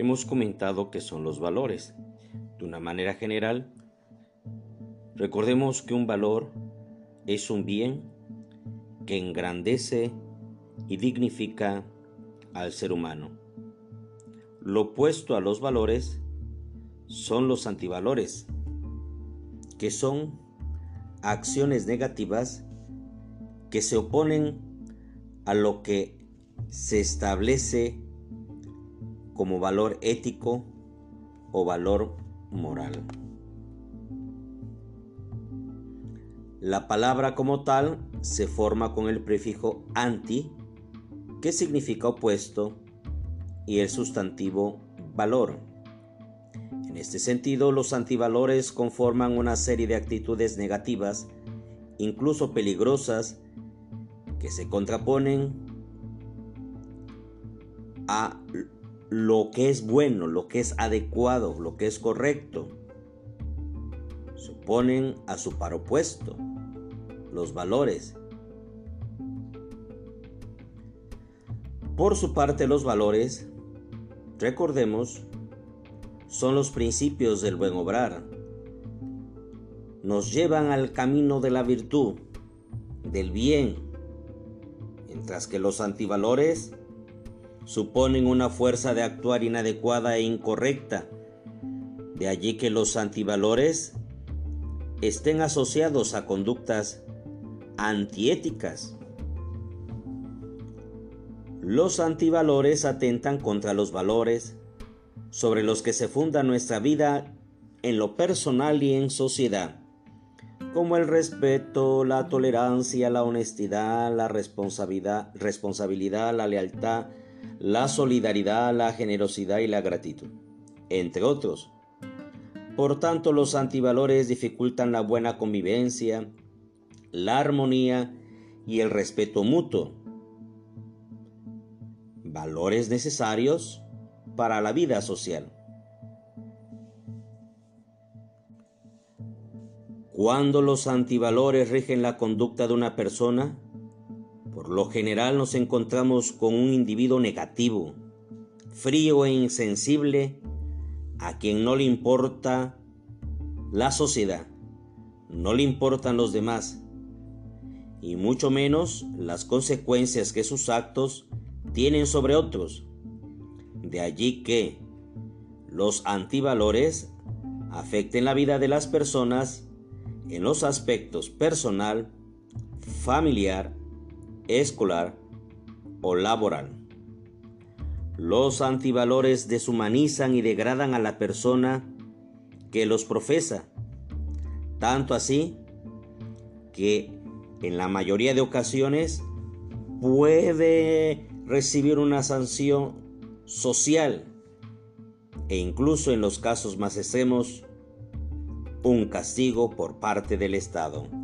Hemos comentado qué son los valores. De una manera general, recordemos que un valor es un bien que engrandece y dignifica al ser humano. Lo opuesto a los valores son los antivalores, que son acciones negativas que se oponen a lo que se establece como valor ético o valor moral. La palabra como tal se forma con el prefijo anti, que significa opuesto, y el sustantivo valor. En este sentido, los antivalores conforman una serie de actitudes negativas, incluso peligrosas, que se contraponen a lo que es bueno, lo que es adecuado, lo que es correcto. Se oponen a su par opuesto, los valores. Por su parte, los valores, recordemos, son los principios del buen obrar. Nos llevan al camino de la virtud, del bien, mientras que los antivalores suponen una fuerza de actuar inadecuada e incorrecta. De allí que los antivalores estén asociados a conductas antiéticas. Los antivalores atentan contra los valores sobre los que se funda nuestra vida en lo personal y en sociedad, como el respeto, la tolerancia, la honestidad, la responsabilidad, la lealtad, la solidaridad, la generosidad y la gratitud, entre otros. Por tanto, los antivalores dificultan la buena convivencia, la armonía y el respeto mutuo, valores necesarios para la vida social. Cuando los antivalores rigen la conducta de una persona, por lo general nos encontramos con un individuo negativo, frío e insensible, a quien no le importa la sociedad, no le importan los demás, y mucho menos las consecuencias que sus actos tienen sobre otros. De allí que los antivalores afecten la vida de las personas en los aspectos personal, familiar, escolar o laboral. Los antivalores deshumanizan y degradan a la persona que los profesa, tanto así que en la mayoría de ocasiones puede recibir una sanción social e incluso en los casos más extremos un castigo por parte del Estado.